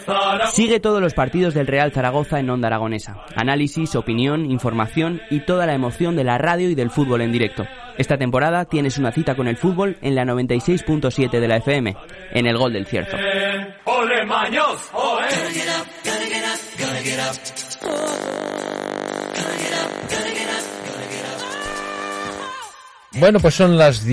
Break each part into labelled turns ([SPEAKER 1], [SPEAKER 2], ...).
[SPEAKER 1] Sigue todos los partidos del Real Zaragoza en Onda Aragonesa. Análisis, opinión, información y toda la emoción de la radio y del fútbol en directo. Esta temporada tienes una cita con el fútbol en la 96.7 de la FM, en el Gol del Cierzo.
[SPEAKER 2] ¡Ole, Maños! ¡Ole!
[SPEAKER 3] Bueno, pues son las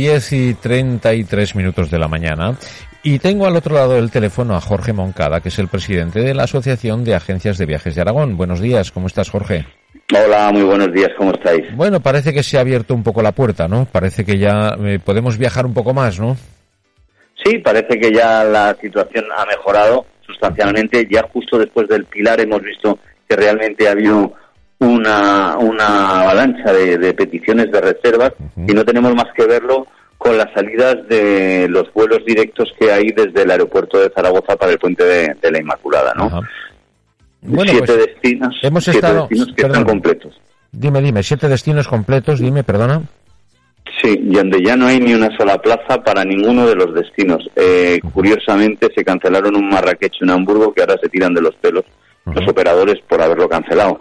[SPEAKER 3] 10:33 de la mañana y tengo al otro lado del teléfono a Jorge Moncada, que es el presidente de la Asociación de Agencias de Viajes de Aragón. Buenos días, ¿cómo estás, Jorge?
[SPEAKER 4] Hola, muy buenos días, ¿cómo estáis?
[SPEAKER 3] Bueno, parece que se ha abierto un poco la puerta, ¿no? Parece que ya podemos viajar un poco más, ¿no?
[SPEAKER 4] Sí, parece que ya la situación ha mejorado sustancialmente. Ya justo después del Pilar hemos visto que realmente ha habido una avalancha de peticiones de reservas y no tenemos más que verlo con las salidas de los vuelos directos que hay desde el aeropuerto de Zaragoza para el puente de la Inmaculada, ¿no?
[SPEAKER 3] Bueno,
[SPEAKER 4] 7
[SPEAKER 3] pues
[SPEAKER 4] destinos,
[SPEAKER 3] hemos
[SPEAKER 4] 7
[SPEAKER 3] estado,
[SPEAKER 4] destinos que están completos.
[SPEAKER 3] Dime, 7 destinos completos, perdona.
[SPEAKER 4] Sí, y donde ya no hay ni una sola plaza para ninguno de los destinos. Curiosamente se cancelaron un Marrakech y un Hamburgo que ahora se tiran de los pelos los operadores por haberlo cancelado.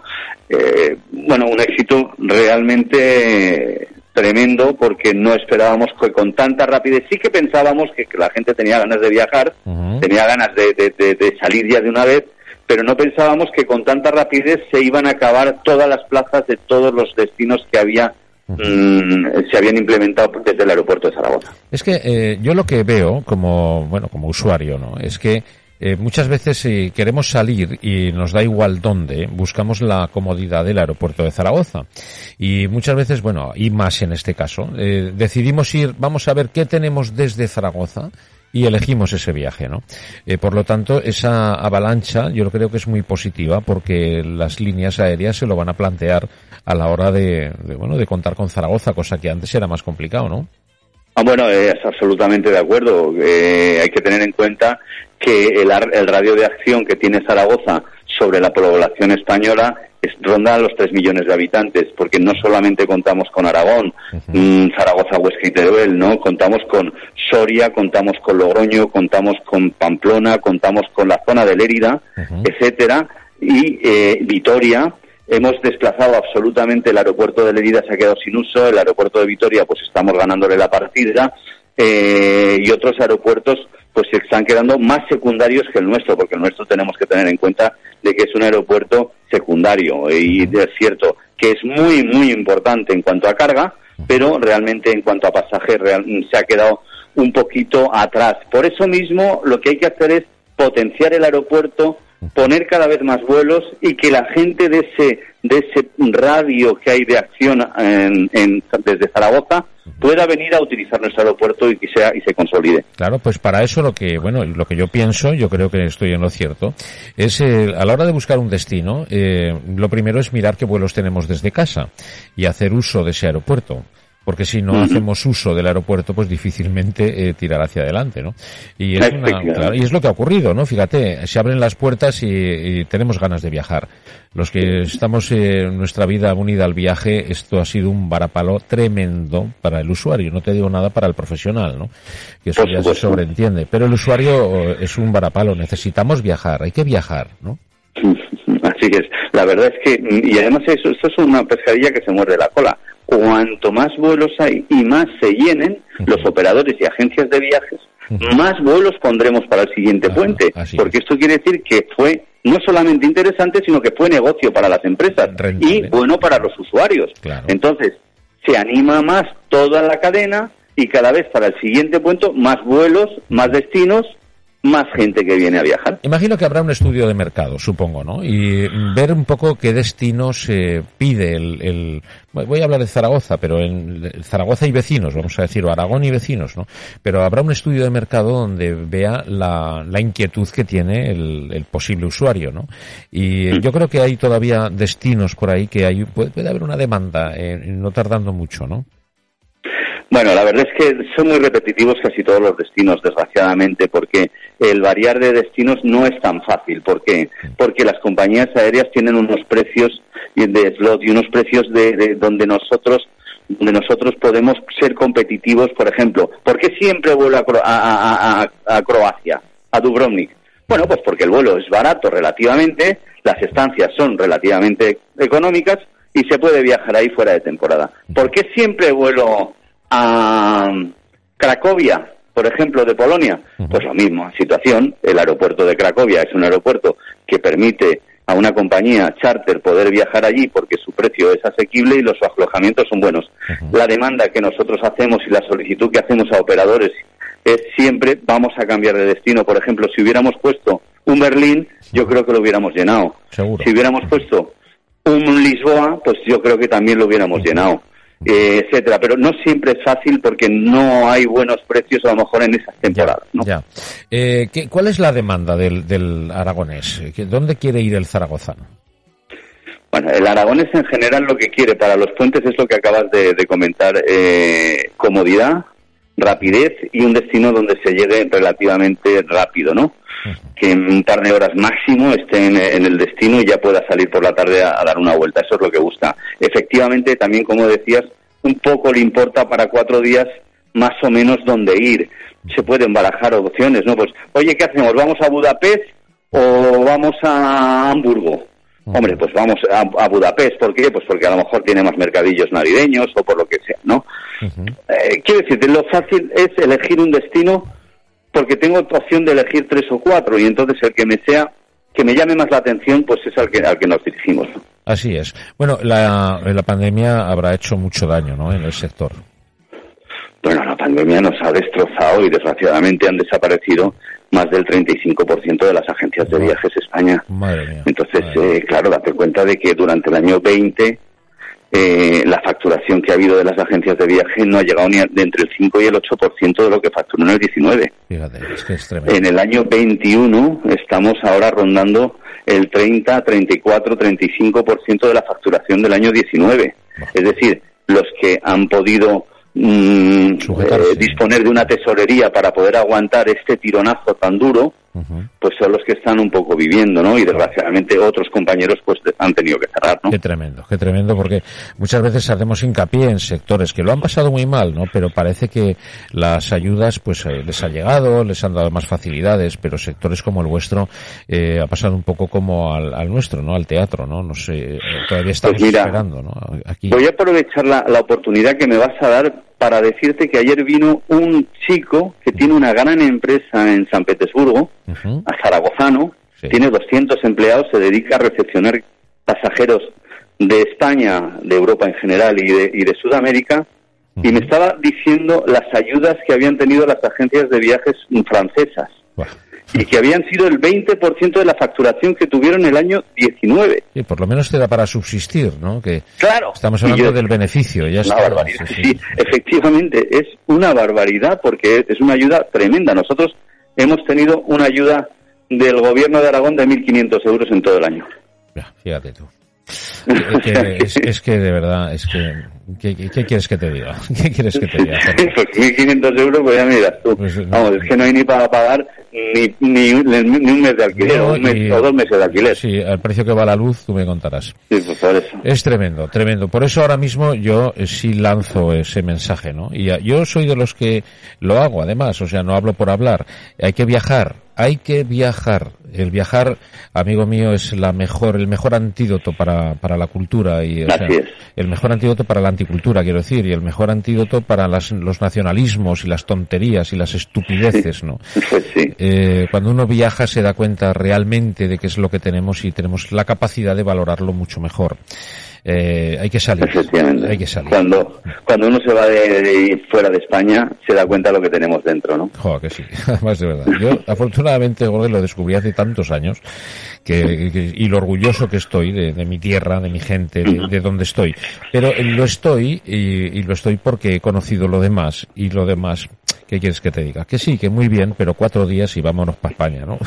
[SPEAKER 4] Bueno, un éxito realmente tremendo porque no esperábamos que con tanta rapidez, sí que pensábamos que la gente tenía ganas de viajar, tenía ganas de salir ya de una vez, pero no pensábamos que con tanta rapidez se iban a acabar todas las plazas de todos los destinos que había se habían implementado desde el aeropuerto de Zaragoza.
[SPEAKER 3] Es que yo lo que veo como usuario, ¿no? Es que muchas veces si queremos salir y nos da igual dónde, buscamos la comodidad del aeropuerto de Zaragoza. Y muchas veces, y más en este caso, decidimos ir, vamos a ver qué tenemos desde Zaragoza y elegimos ese viaje, ¿no? Por lo tanto, esa avalancha yo creo que es muy positiva porque las líneas aéreas se lo van a plantear a la hora de contar con Zaragoza, cosa que antes era más complicado, ¿no?
[SPEAKER 4] Es absolutamente de acuerdo. Hay que tener en cuenta que el radio de acción que tiene Zaragoza sobre la población española ronda los 3 millones de habitantes, porque no solamente contamos con Aragón, Zaragoza, Huesca y Teruel, ¿no? Contamos con Soria, contamos con Logroño, contamos con Pamplona, contamos con la zona de Lérida, etcétera, y Vitoria. Hemos desplazado absolutamente el aeropuerto de Lérida, se ha quedado sin uso, el aeropuerto de Vitoria pues estamos ganándole la partida, y otros aeropuertos pues se están quedando más secundarios que el nuestro, porque el nuestro tenemos que tener en cuenta de que es un aeropuerto secundario, y es cierto que es muy, muy importante en cuanto a carga, pero realmente en cuanto a pasaje se ha quedado un poquito atrás. Por eso mismo lo que hay que hacer es potenciar el aeropuerto, poner cada vez más vuelos y que la gente de ese radio que hay de acción desde Zaragoza pueda venir a utilizar nuestro aeropuerto y se consolide.
[SPEAKER 3] Claro, pues para eso lo que yo pienso, yo creo que estoy en lo cierto, es a la hora de buscar un destino, lo primero es mirar qué vuelos tenemos desde casa y hacer uso de ese aeropuerto. Porque si no hacemos uso del aeropuerto, pues difícilmente tirar hacia adelante, ¿no? Y es lo que ha ocurrido, ¿no? Fíjate, se abren las puertas y tenemos ganas de viajar. Los que estamos en nuestra vida unida al viaje, esto ha sido un varapalo tremendo para el usuario. No te digo nada para el profesional, ¿no? Que eso ya se sobreentiende. Pero el usuario es un varapalo. Necesitamos viajar. Hay que viajar, ¿no?
[SPEAKER 4] Así es. La verdad es que, y además esto es una pescadilla que se muerde la cola. Cuanto más vuelos hay y más se llenen los operadores y agencias de viajes, más vuelos pondremos para el siguiente puente. Porque esto quiere decir que fue no solamente interesante, sino que fue negocio para las empresas y bueno para los usuarios. Claro. Entonces, se anima más toda la cadena y cada vez para el siguiente puente más vuelos, más destinos, más gente que viene a viajar.
[SPEAKER 3] Imagino que habrá un estudio de mercado, supongo, ¿no? Y ver un poco qué destinos pide voy a hablar de Zaragoza, pero en Zaragoza y vecinos, vamos a decir, o Aragón y vecinos, ¿no? Pero habrá un estudio de mercado donde vea la inquietud que tiene el posible usuario, ¿no? Y yo creo que hay todavía destinos por ahí que puede haber una demanda, no tardando mucho, ¿no?
[SPEAKER 4] Bueno, la verdad es que son muy repetitivos casi todos los destinos, desgraciadamente, porque el variar de destinos no es tan fácil. ¿Por qué? Porque las compañías aéreas tienen unos precios de slot y unos precios de donde nosotros podemos ser competitivos. Por ejemplo, ¿por qué siempre vuelo a Croacia, a Dubrovnik? Bueno, pues porque el vuelo es barato relativamente, las estancias son relativamente económicas y se puede viajar ahí fuera de temporada. ¿Por qué siempre vuelo a Cracovia, por ejemplo, de Polonia? Pues lo mismo, situación. El aeropuerto de Cracovia es un aeropuerto que permite a una compañía charter poder viajar allí porque su precio es asequible y los alojamientos son buenos. La demanda que nosotros hacemos y la solicitud que hacemos a operadores es siempre vamos a cambiar de destino. Por ejemplo, si hubiéramos puesto un Berlín, yo creo que lo hubiéramos llenado.
[SPEAKER 3] Seguro.
[SPEAKER 4] Si hubiéramos puesto un Lisboa, pues yo creo que también lo hubiéramos llenado, etcétera. Pero no siempre es fácil porque no hay buenos precios a lo mejor en esas temporadas, ¿no?
[SPEAKER 3] Ya. ¿Cuál es la demanda del aragonés? ¿Dónde quiere ir el zaragozano?
[SPEAKER 4] Bueno, el aragonés en general lo que quiere para los puentes es lo que acabas de comentar, comodidad, rapidez y un destino donde se llegue relativamente rápido, ¿no? Que en un par de horas máximo esté en el destino y ya pueda salir por la tarde a dar una vuelta. Eso es lo que busca. Efectivamente, también, como decías, un poco le importa para 4 días más o menos dónde ir. Se pueden barajar opciones, ¿no? Pues, oye, ¿qué hacemos? ¿Vamos a Budapest o vamos a Hamburgo? Hombre, pues vamos a Budapest. ¿Por qué? Pues porque a lo mejor tiene más mercadillos navideños o por lo que sea, ¿no? Quiero decirte, lo fácil es elegir un destino porque tengo opción de elegir 3 o 4 y entonces el que me llame más la atención, pues es al que nos dirigimos, ¿no?
[SPEAKER 3] Así es. Bueno, la pandemia habrá hecho mucho daño, ¿no?, en el sector.
[SPEAKER 4] Bueno, la pandemia nos ha destrozado y desgraciadamente han desaparecido más del 35% de las agencias de viajes España.
[SPEAKER 3] Madre mía.
[SPEAKER 4] Entonces, claro, date cuenta de que durante el año 20 la facturación que ha habido de las agencias de viaje no ha llegado ni de entre el 5 y el 8% de lo que facturó en el 19.
[SPEAKER 3] Fíjate, es que es tremendo.
[SPEAKER 4] En el año 21 estamos ahora rondando el 30, 34, 35% de la facturación del año 19. Es decir, los que han podido disponer de una tesorería para poder aguantar este tironazo tan duro, pues son los que están un poco viviendo, ¿no? Y desgraciadamente otros compañeros pues han tenido que cerrar, ¿no?
[SPEAKER 3] Qué tremendo, porque muchas veces hacemos hincapié en sectores que lo han pasado muy mal, ¿no? Pero parece que las ayudas pues les ha llegado, les han dado más facilidades, pero sectores como el vuestro ha pasado un poco como al nuestro, ¿no? Al teatro, ¿no? No sé, todavía estamos esperando, ¿no? Aquí. Voy
[SPEAKER 4] a aprovechar la oportunidad que me vas a dar para decirte que ayer vino un chico que tiene una gran empresa en San Petersburgo, a zaragozano, tiene 200 empleados, se dedica a recepcionar pasajeros de España, de Europa en general y de Sudamérica, y me estaba diciendo las ayudas que habían tenido las agencias de viajes francesas, y que habían sido el 20% de la facturación que tuvieron el año 19.
[SPEAKER 3] Sí, por lo menos te da para subsistir, ¿no? Que
[SPEAKER 4] claro.
[SPEAKER 3] Estamos hablando del beneficio, ya está.
[SPEAKER 4] Una barbaridad. Sí, efectivamente, es una barbaridad porque es una ayuda tremenda. Nosotros hemos tenido una ayuda del gobierno de Aragón de 1.500 euros en todo el año.
[SPEAKER 3] Ya, fíjate tú. Es que de verdad, es que ¿qué quieres que te diga? ¿Qué quieres que te diga?
[SPEAKER 4] Pues 1.500 euros, pues ya miras tú. Pues, vamos, es que no hay ni para pagar ni un mes de alquiler, o 2 meses de alquiler.
[SPEAKER 3] Sí, al precio que va la luz, tú me contarás.
[SPEAKER 4] Sí, pues por eso.
[SPEAKER 3] Es tremendo. Por eso ahora mismo yo sí lanzo ese mensaje, ¿no? Y yo soy de los que lo hago, además, o sea, no hablo por hablar. Hay que viajar. El viajar, amigo mío, es el mejor antídoto para la cultura y el mejor antídoto para la anticultura, quiero decir, y el mejor antídoto para los nacionalismos y las tonterías y las estupideces, ¿no?
[SPEAKER 4] Sí.
[SPEAKER 3] Cuando uno viaja se da cuenta realmente de qué es lo que tenemos y tenemos la capacidad de valorarlo mucho mejor. Hay que salir. Cuando
[SPEAKER 4] uno se va de fuera de España se da cuenta de lo que tenemos dentro, ¿no?
[SPEAKER 3] Que sí, además de verdad. Yo afortunadamente, Jorge, lo descubrí hace tantos años y lo orgulloso que estoy de mi tierra, de mi gente, de donde estoy. Pero lo estoy y lo estoy porque he conocido lo demás y lo demás. ¿Qué quieres que te diga? Que sí, que muy bien, pero 4 días y vámonos para España, ¿no?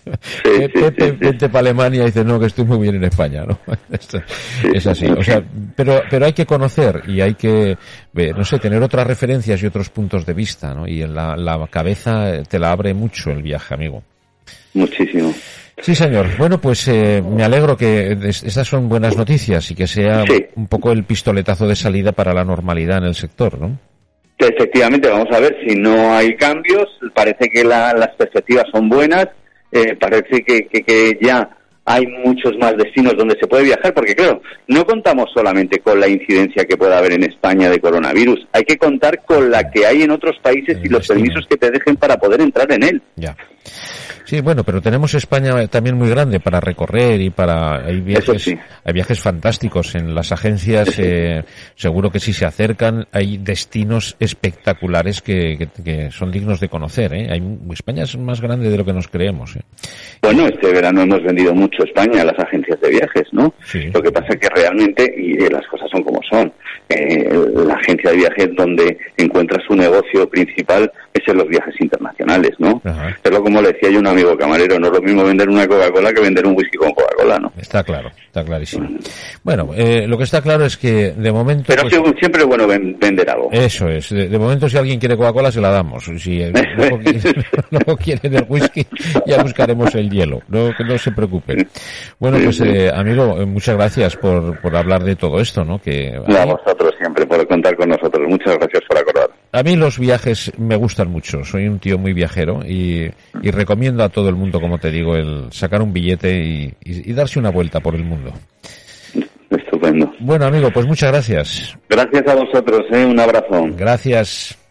[SPEAKER 3] Vente para Alemania y dices, no, que estoy muy bien en España, ¿no? Es así. O sea, pero hay que conocer y hay que, no sé, tener otras referencias y otros puntos de vista, ¿no? Y en la cabeza te la abre mucho el viaje, amigo.
[SPEAKER 4] Muchísimo.
[SPEAKER 3] Sí, señor. Bueno, pues me alegro que estas son buenas noticias y que sea un poco el pistoletazo de salida para la normalidad en el sector, ¿no?
[SPEAKER 4] Efectivamente, vamos a ver si no hay cambios. Parece que las perspectivas son buenas parece que ya hay muchos más destinos donde se puede viajar, porque claro, no contamos solamente con la incidencia que pueda haber en España de coronavirus, hay que contar con la que hay en otros países y los permisos que te dejen para poder entrar en él.
[SPEAKER 3] Ya. Sí, bueno, pero tenemos España también muy grande para recorrer y hay viajes fantásticos en las agencias, seguro que sí se acercan, hay destinos espectaculares que son dignos de conocer, España es más grande de lo que nos creemos,
[SPEAKER 4] Bueno, este verano hemos vendido mucho España a las agencias de viajes, ¿no? Sí. Lo que pasa es que realmente, y las cosas son como son, la agencia de viajes donde encuentra su negocio principal es en los viajes internacionales, ¿no? Ajá. Pero como le decía yo a un amigo camarero, no es lo mismo vender una Coca-Cola que vender un whisky con Coca-Cola, ¿no?
[SPEAKER 3] Está claro, está clarísimo. Bueno, lo que está claro es que de momento...
[SPEAKER 4] Pero siempre es bueno vender algo.
[SPEAKER 3] Eso es. De momento, si alguien quiere Coca-Cola, se la damos. Si no quiere del whisky, ya buscaremos el hielo. Que no se preocupen. Bueno, pues amigo, muchas gracias por hablar de todo esto, ¿no?
[SPEAKER 4] A vosotros siempre, por contar con nosotros. Muchas gracias por acordar.
[SPEAKER 3] A mí los viajes me gustan mucho. Soy un tío muy viajero y recomiendo a todo el mundo, como te digo, el sacar un billete y darse una vuelta por el mundo.
[SPEAKER 4] Estupendo.
[SPEAKER 3] Bueno, amigo, pues muchas gracias.
[SPEAKER 4] Gracias a vosotros, un abrazo.
[SPEAKER 3] Gracias.